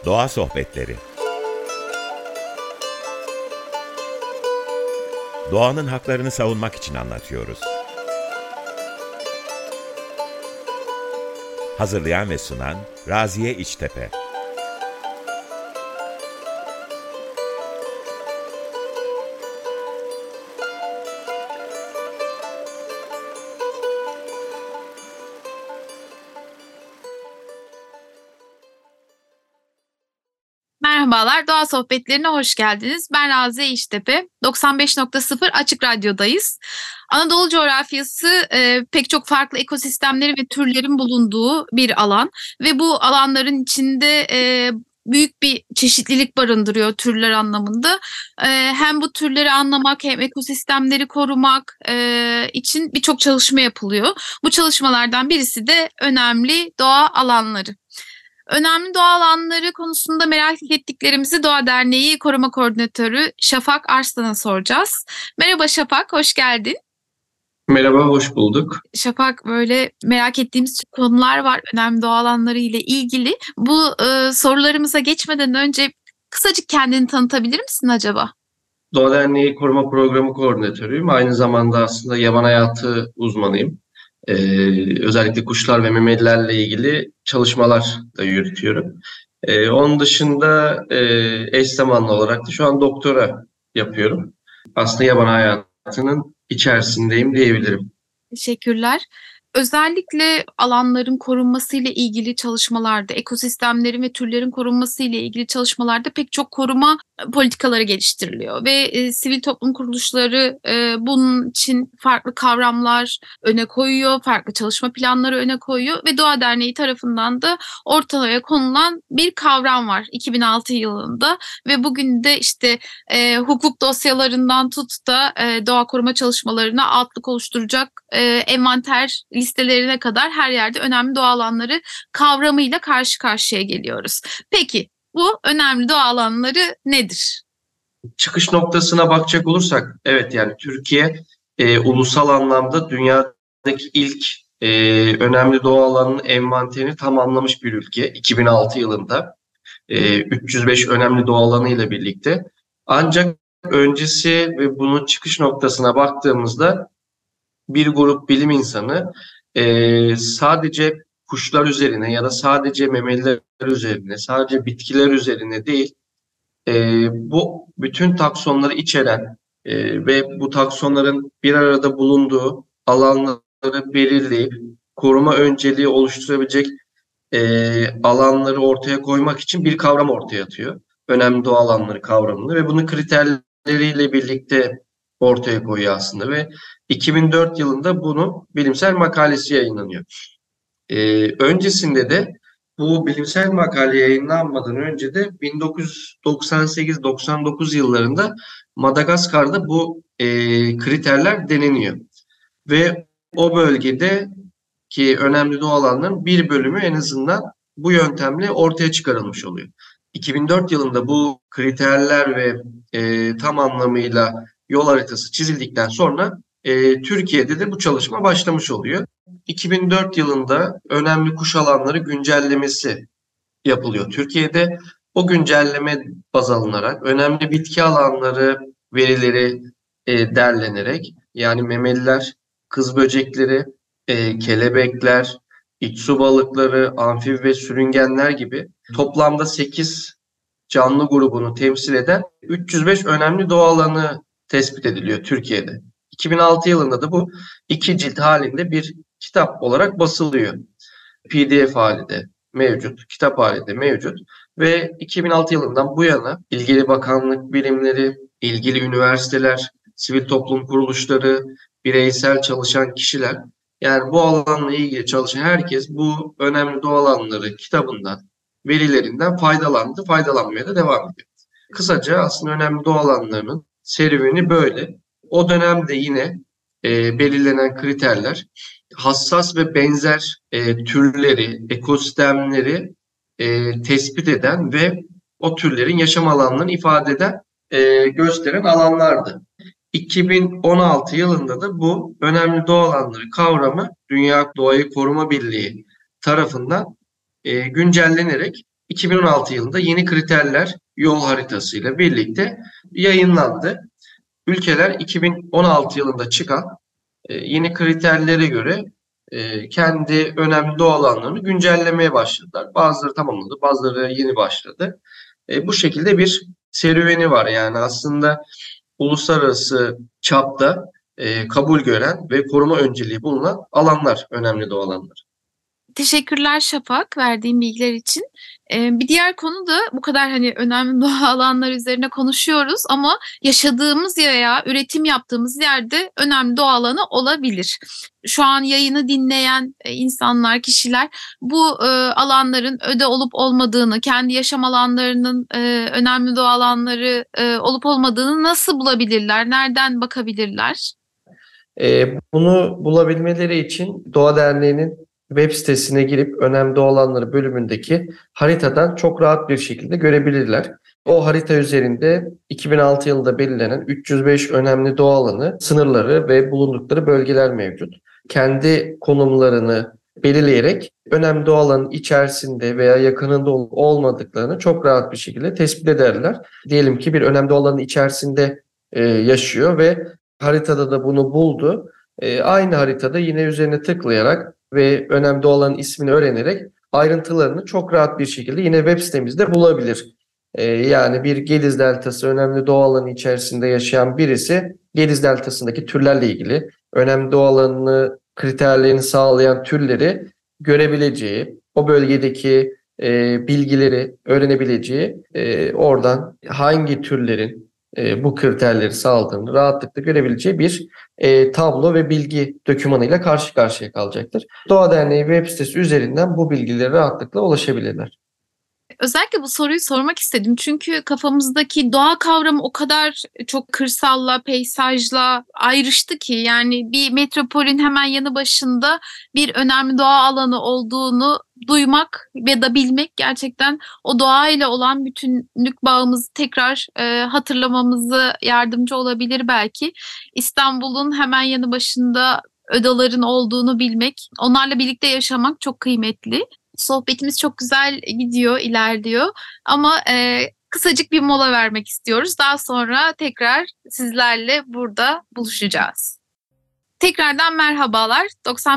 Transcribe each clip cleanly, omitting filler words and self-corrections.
Doğa Sohbetleri. Doğanın haklarını savunmak için anlatıyoruz. Hazırlayan ve sunan Raziye İçtepe. Merhabalar, Doğa Sohbetlerine hoş geldiniz. Ben Raziye İçtepe. 95.0 Açık Radyo'dayız. Anadolu coğrafyası pek çok farklı ekosistemleri ve türlerin bulunduğu bir alan. Ve bu alanların içinde büyük bir çeşitlilik barındırıyor türler anlamında. Hem bu türleri anlamak hem ekosistemleri korumak için birçok çalışma yapılıyor. Bu çalışmalardan birisi de önemli doğa alanları. Önemli doğa alanları konusunda merak ettiklerimizi Doğa Derneği Koruma Koordinatörü Şafak Arslan'a soracağız. Merhaba Şafak, hoş geldin. Merhaba, hoş bulduk. Şafak, böyle merak ettiğimiz konular var önemli doğa alanları ile ilgili. Bu sorularımıza geçmeden önce kısacık kendini tanıtabilir misin acaba? Doğa Derneği Koruma Programı Koordinatörüyüm. Aynı zamanda aslında yaban hayatı uzmanıyım. Özellikle kuşlar ve memelilerle ilgili çalışmalar da yürütüyorum. Onun dışında eş zamanlı olarak da şu an doktora yapıyorum. Aslında yaban hayatının içerisindeyim diyebilirim. Teşekkürler. Özellikle alanların korunması ile ilgili çalışmalarda, ekosistemlerin ve türlerin korunması ile ilgili çalışmalarda pek çok koruma politikaları geliştiriliyor ve sivil toplum kuruluşları bunun için farklı kavramlar öne koyuyor, farklı çalışma planları öne koyuyor ve Doğa Derneği tarafından da ortaya konulan bir kavram var 2006 yılında ve bugün de işte hukuk dosyalarından tut da doğa koruma çalışmalarına altlık oluşturacak envanter listelerine kadar her yerde önemli doğa alanları kavramıyla karşı karşıya geliyoruz. Peki bu önemli doğa alanları nedir? Çıkış noktasına bakacak olursak, evet yani Türkiye ulusal anlamda dünyadaki ilk önemli doğa alanının envanterini tamamlamış bir ülke 2006 yılında. 305 önemli doğa alanı ile birlikte. Ancak öncesi ve bunun çıkış noktasına baktığımızda bir grup bilim insanı sadece kuşlar üzerine ya da sadece memeliler üzerine, sadece bitkiler üzerine değil, bu bütün taksonları içeren ve bu taksonların bir arada bulunduğu alanları belirleyip koruma önceliği oluşturabilecek alanları ortaya koymak için bir kavram ortaya atıyor. Önemli doğa alanları kavramını ve bunun kriterleriyle birlikte ortaya koyuyor aslında ve 2004 yılında bunun bilimsel makalesi yayınlanıyor. Öncesinde de bu bilimsel makale yayınlanmadan önce de 1998-99 yıllarında Madagaskar'da bu kriterler deneniyor. Ve o bölgede ki önemli doğa alanlarının bir bölümü en azından bu yöntemle ortaya çıkarılmış oluyor. 2004 yılında bu kriterler ve tam anlamıyla yol haritası çizildikten sonra Türkiye'de de bu çalışma başlamış oluyor. 2004 yılında önemli kuş alanları güncellemesi yapılıyor Türkiye'de. O güncelleme baz alınarak önemli bitki alanları verileri derlenerek, yani memeliler, kız böcekleri, kelebekler, iç su balıkları, amfibi ve sürüngenler gibi toplamda 8 canlı grubunu temsil eden 305 önemli doğa alanı tespit ediliyor Türkiye'de. 2006 yılında da bu 2 cilt halinde bir kitap olarak basılıyor. PDF hali de mevcut, kitap hali de mevcut ve 2006 yılından bu yana ilgili bakanlık birimleri, ilgili üniversiteler, sivil toplum kuruluşları, bireysel çalışan kişiler, yani bu alanla ilgili çalışan herkes bu önemli doğa alanları kitabından, verilerinden faydalandı, faydalanmaya da devam ediyor. Kısaca aslında önemli doğa alanlarının serüveni böyle. O dönemde yine belirlenen kriterler hassas ve benzer türleri, ekosistemleri tespit eden ve o türlerin yaşam alanlarını ifade eden, gösteren alanlardı. 2016 yılında da bu önemli doğa alanları kavramı Dünya Doğayı Koruma Birliği tarafından güncellenerek 2016 yılında yeni kriterler yol haritasıyla birlikte yayınlandı. Ülkeler 2016 yılında çıkan yeni kriterlere göre kendi önemli doğa alanlarını güncellemeye başladılar. Bazıları tamamladı, bazıları yeni başladı. Bu şekilde bir serüveni var. Yani aslında uluslararası çapta kabul gören ve koruma önceliği bulunan alanlar, önemli doğa alanları. Teşekkürler Şafak verdiğin bilgiler için. Bir diğer konu da bu kadar hani önemli doğa alanları üzerine konuşuyoruz ama yaşadığımız veya üretim yaptığımız yerde önemli doğa alanı olabilir. Şu an yayını dinleyen insanlar, kişiler bu alanların öde olup olmadığını, kendi yaşam alanlarının önemli doğa alanları olup olmadığını nasıl bulabilirler? Nereden bakabilirler? Bunu bulabilmeleri için Doğa Derneği'nin web sitesine girip önemli doğa alanları bölümündeki haritadan çok rahat bir şekilde görebilirler. O harita üzerinde 2006 yılında belirlenen 305 önemli doğa alanı sınırları ve bulundukları bölgeler mevcut. Kendi konumlarını belirleyerek önemli doğa alanının içerisinde veya yakınında olup olmadıklarını çok rahat bir şekilde tespit ederler. Diyelim ki bir önemli doğa alanının içerisinde yaşıyor ve haritada da bunu buldu. Aynı haritada yine üzerine tıklayarak ve önemli doğa alanının ismini öğrenerek ayrıntılarını çok rahat bir şekilde yine web sitemizde bulabilir. Yani bir Gediz Deltası önemli doğa alanı içerisinde yaşayan birisi Gediz Deltası'ndaki türlerle ilgili önemli doğa alanını kriterlerini sağlayan türleri görebileceği, o bölgedeki bilgileri öğrenebileceği, oradan hangi türlerin bu kriterleri sağladığını rahatlıkla görebileceği bir tablo ve bilgi dokümanıyla karşı karşıya kalacaktır. Doğa Derneği web sitesi üzerinden bu bilgilere rahatlıkla ulaşabilirler. Özellikle bu soruyu sormak istedim çünkü kafamızdaki doğa kavramı o kadar çok kırsalla, peyzajla ayrıştı ki yani bir metropolün hemen yanı başında bir önemli doğa alanı olduğunu duymak ve da bilmek gerçekten o doğayla olan bütünlük bağımızı tekrar hatırlamamıza yardımcı olabilir belki. İstanbul'un hemen yanı başında ödaların olduğunu bilmek, onlarla birlikte yaşamak çok kıymetli. Sohbetimiz çok güzel gidiyor, ilerliyor. Ama kısacık bir mola vermek istiyoruz. Daha sonra tekrar sizlerle burada buluşacağız. Tekrardan merhabalar.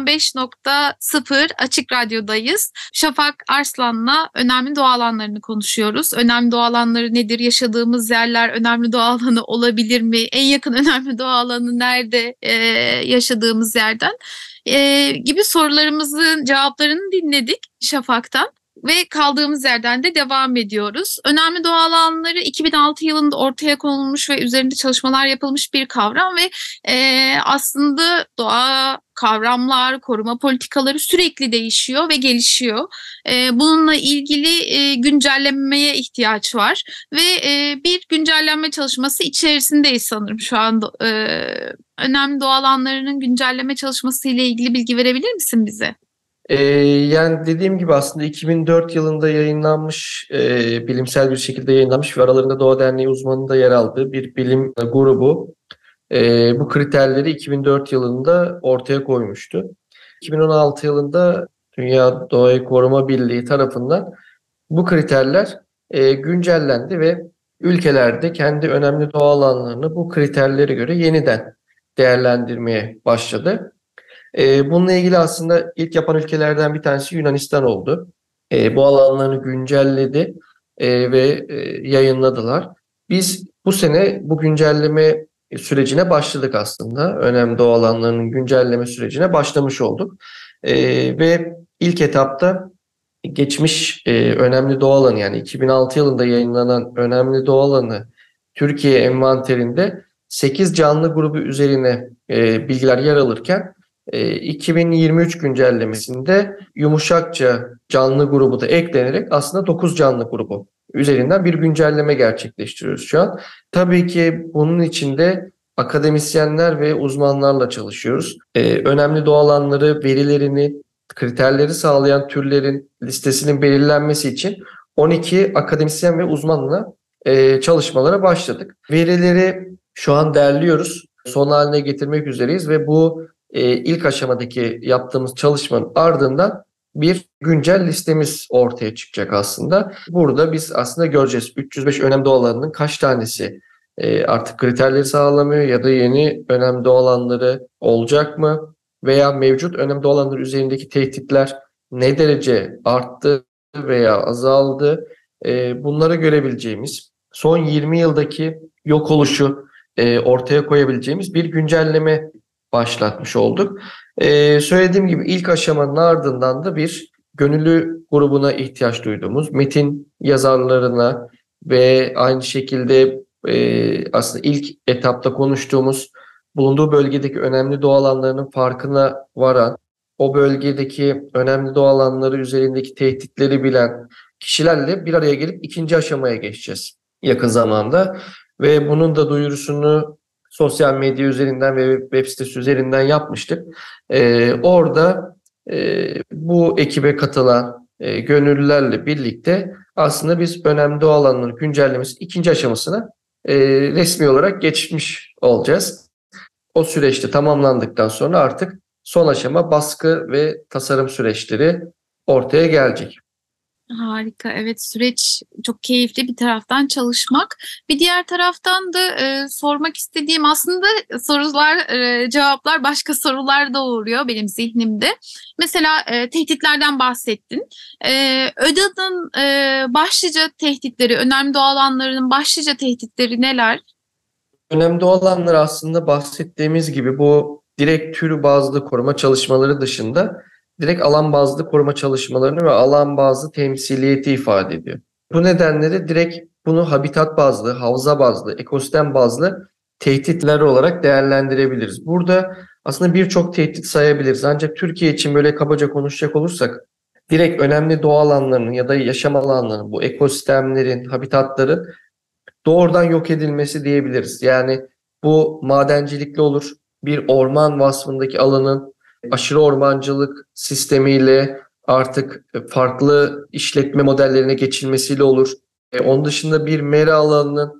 95.0 Açık Radyo'dayız. Şafak Arslan'la önemli doğa alanlarını konuşuyoruz. Önemli doğa alanları nedir? Yaşadığımız yerler önemli doğa alanı olabilir mi? En yakın önemli doğa alanı nerede yaşadığımız yerden? Gibi sorularımızın cevaplarını dinledik Şafak'tan. Ve kaldığımız yerden de devam ediyoruz. Önemli doğa alanları 2006 yılında ortaya konulmuş ve üzerinde çalışmalar yapılmış bir kavram ve aslında doğa kavramlar, koruma politikaları sürekli değişiyor ve gelişiyor. Bununla ilgili güncellenmeye ihtiyaç var ve bir güncellenme çalışması içerisindeyiz sanırım şu anda. Önemli doğa alanlarının güncelleme çalışması ile ilgili bilgi verebilir misin bize? Yani dediğim gibi aslında 2004 yılında yayınlanmış, bilimsel bir şekilde yayınlanmış ve aralarında Doğa Derneği uzmanının da yer aldığı bir bilim grubu bu kriterleri 2004 yılında ortaya koymuştu. 2016 yılında Dünya Doğayı Koruma Birliği tarafından bu kriterler güncellendi ve ülkelerde kendi önemli doğa alanlarını bu kriterlere göre yeniden değerlendirmeye başladı. Bununla ilgili aslında ilk yapan ülkelerden bir tanesi Yunanistan oldu. Bu alanlarını güncelledi ve yayınladılar. Biz bu sene bu güncelleme sürecine başladık aslında. Önemli doğa alanlarının güncelleme sürecine başlamış olduk. Ve ilk etapta geçmiş önemli doğa alanı yani 2006 yılında yayınlanan önemli doğa alanı Türkiye envanterinde 8 canlı grubu üzerine bilgiler yer alırken 2023 güncellemesinde yumuşakça canlı grubu da eklenerek aslında 9 canlı grubu üzerinden bir güncelleme gerçekleştiriyoruz şu an. Tabii ki bunun içinde akademisyenler ve uzmanlarla çalışıyoruz. Önemli doğa alanları verilerini, kriterleri sağlayan türlerin listesinin belirlenmesi için 12 akademisyen ve uzmanla çalışmalara başladık. Verileri şu an derliyoruz. Son haline getirmek üzereyiz ve bu ilk aşamadaki yaptığımız çalışmanın ardından bir güncel listemiz ortaya çıkacak aslında. Burada biz aslında göreceğiz 305 önemli doğa alanının kaç tanesi artık kriterleri sağlamıyor ya da yeni önemli doğa alanları olacak mı? Veya mevcut önemli doğa alanları üzerindeki tehditler ne derece arttı veya azaldı? Bunları görebileceğimiz, son 20 yıldaki yok oluşu ortaya koyabileceğimiz bir güncelleme başlatmış olduk. Söylediğim gibi ilk aşamanın ardından da bir gönüllü grubuna ihtiyaç duyduğumuz metin yazarlarına ve aynı şekilde aslında ilk etapta konuştuğumuz bulunduğu bölgedeki önemli doğa alanlarının farkına varan, o bölgedeki önemli doğa alanları üzerindeki tehditleri bilen kişilerle bir araya gelip ikinci aşamaya geçeceğiz yakın zamanda. Ve bunun da duyurusunu sosyal medya üzerinden ve web sitesi üzerinden yapmıştık. Orada bu ekibe katılan gönüllülerle birlikte aslında biz önemli doğa alanları güncellemesi ikinci aşamasına resmi olarak geçmiş olacağız. O süreçte tamamlandıktan sonra artık son aşama baskı ve tasarım süreçleri ortaya gelecek. Harika. Evet, süreç çok keyifli bir taraftan çalışmak. Bir diğer taraftan da sormak istediğim aslında sorular, cevaplar başka sorular doğuruyor benim zihnimde. Mesela tehditlerden bahsettin. ÖDA'nın başlıca tehditleri, önemli doğa alanlarının başlıca tehditleri neler? Önemli doğa alanları aslında bahsettiğimiz gibi bu direkt tür bazlı koruma çalışmaları dışında direkt alan bazlı koruma çalışmalarını ve alan bazlı temsiliyeti ifade ediyor. Bu nedenle de direkt bunu habitat bazlı, havza bazlı, ekosistem bazlı tehditler olarak değerlendirebiliriz. Burada aslında birçok tehdit sayabiliriz. Ancak Türkiye için böyle kabaca konuşacak olursak direkt önemli doğa alanlarının ya da yaşam alanlarının, bu ekosistemlerin, habitatların doğrudan yok edilmesi diyebiliriz. Yani bu madencilikle olur, bir orman vasfındaki alanın aşırı ormancılık sistemiyle artık farklı işletme modellerine geçilmesiyle olur. Onun dışında bir mera alanının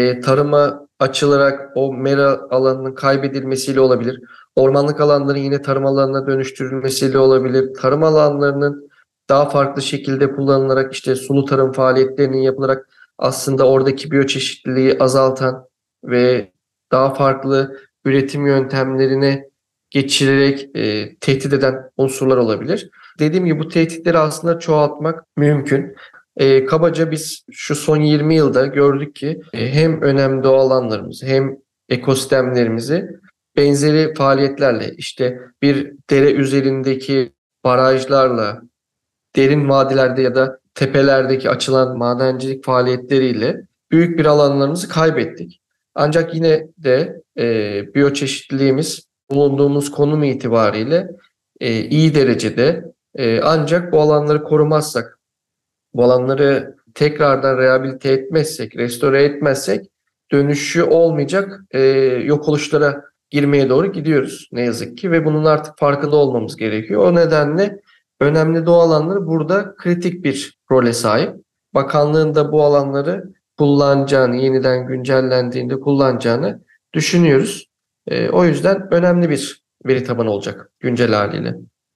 tarıma açılarak o mera alanının kaybedilmesiyle olabilir. Ormanlık alanların yine tarım alanına dönüştürülmesiyle olabilir. Tarım alanlarının daha farklı şekilde kullanılarak işte sulu tarım faaliyetlerinin yapılarak aslında oradaki biyoçeşitliliği azaltan ve daha farklı üretim yöntemlerine geçirerek tehdit eden unsurlar olabilir. Dediğim gibi bu tehditleri aslında çoğaltmak mümkün. Kabaca biz şu son 20 yılda gördük ki hem önemli doğa alanlarımızı hem ekosistemlerimizi benzeri faaliyetlerle işte bir dere üzerindeki barajlarla, derin vadilerde ya da tepelerdeki açılan madencilik faaliyetleriyle büyük bir alanlarımızı kaybettik. Ancak yine de biyoçeşitliliğimiz bulunduğumuz konum itibariyle iyi derecede. Ancak bu alanları korumazsak, bu alanları tekrardan rehabilite etmezsek, restore etmezsek dönüşü olmayacak yok oluşlara girmeye doğru gidiyoruz ne yazık ki ve bunun artık farkında olmamız gerekiyor. O nedenle önemli doğa alanları burada kritik bir role sahip. Bakanlığın da bu alanları kullanacağını, yeniden güncellendiğinde kullanacağını düşünüyoruz. O yüzden önemli bir veri tabanı olacak güncel haliyle.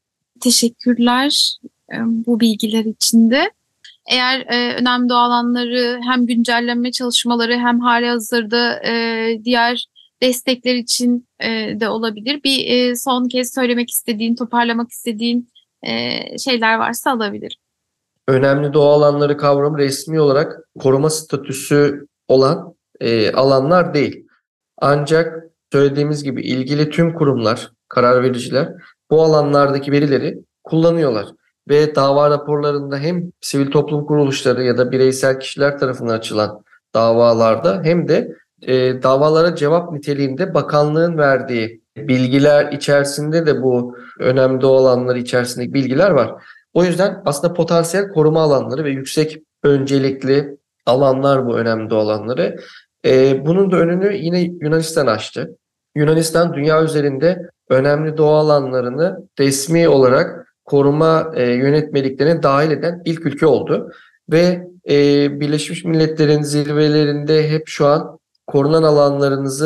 Teşekkürler bu bilgiler için de. Eğer önemli doğa alanları hem güncellenme çalışmaları hem halihazırda diğer destekler için de olabilir. Bir son kez söylemek istediğin, toparlamak istediğin şeyler varsa alabilirim. Önemli doğa alanları kavramı resmi olarak koruma statüsü olan alanlar değil. Ancak söylediğimiz gibi ilgili tüm kurumlar, karar vericiler bu alanlardaki verileri kullanıyorlar. Ve dava raporlarında hem sivil toplum kuruluşları ya da bireysel kişiler tarafından açılan davalarda hem de davalara cevap niteliğinde bakanlığın verdiği bilgiler içerisinde de bu önemli doğa alanları içerisindeki bilgiler var. O yüzden aslında potansiyel koruma alanları ve yüksek öncelikli alanlar bu önemli doğa alanları. Bunun da önünü yine Yunanistan açtı. Yunanistan dünya üzerinde önemli doğa alanlarını resmi olarak koruma yönetmeliklerine dahil eden ilk ülke oldu. Ve Birleşmiş Milletler'in zirvelerinde hep şu an korunan alanlarınızı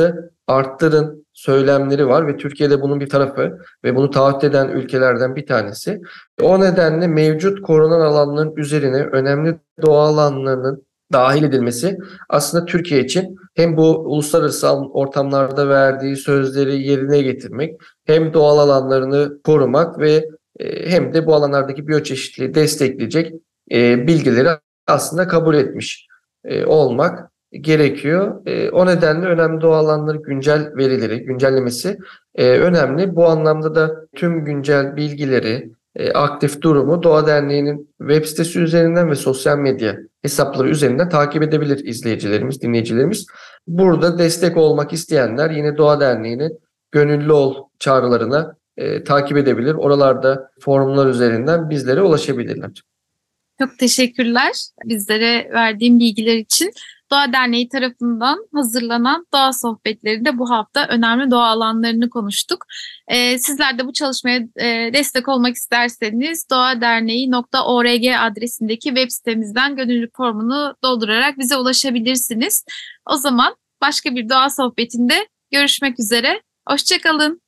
arttırın söylemleri var ve Türkiye'de bunun bir tarafı ve bunu taahhüt eden ülkelerden bir tanesi. O nedenle mevcut korunan alanların üzerine önemli doğa alanlarının dahil edilmesi aslında Türkiye için hem bu uluslararası ortamlarda verdiği sözleri yerine getirmek, hem doğal alanlarını korumak ve hem de bu alanlardaki biyoçeşitliliği destekleyecek bilgileri aslında kabul etmiş olmak gerekiyor. O nedenle önemli doğal alanları güncel verileri, güncellemesi önemli. Bu anlamda da tüm güncel bilgileri, aktif durumu Doğa Derneği'nin web sitesi üzerinden ve sosyal medya hesapları üzerinden takip edebilir izleyicilerimiz, dinleyicilerimiz. Burada destek olmak isteyenler yine Doğa Derneği'nin gönüllü ol çağrılarına takip edebilir. Oralarda forumlar üzerinden bizlere ulaşabilirler. Çok teşekkürler bizlere verdiğin bilgiler için. Doğa Derneği tarafından hazırlanan doğa sohbetlerinde bu hafta önemli doğa alanlarını konuştuk. Sizler de bu çalışmaya destek olmak isterseniz doğaderneği.org adresindeki web sitemizden gönüllülük formunu doldurarak bize ulaşabilirsiniz. O zaman başka bir doğa sohbetinde görüşmek üzere. Hoşça kalın.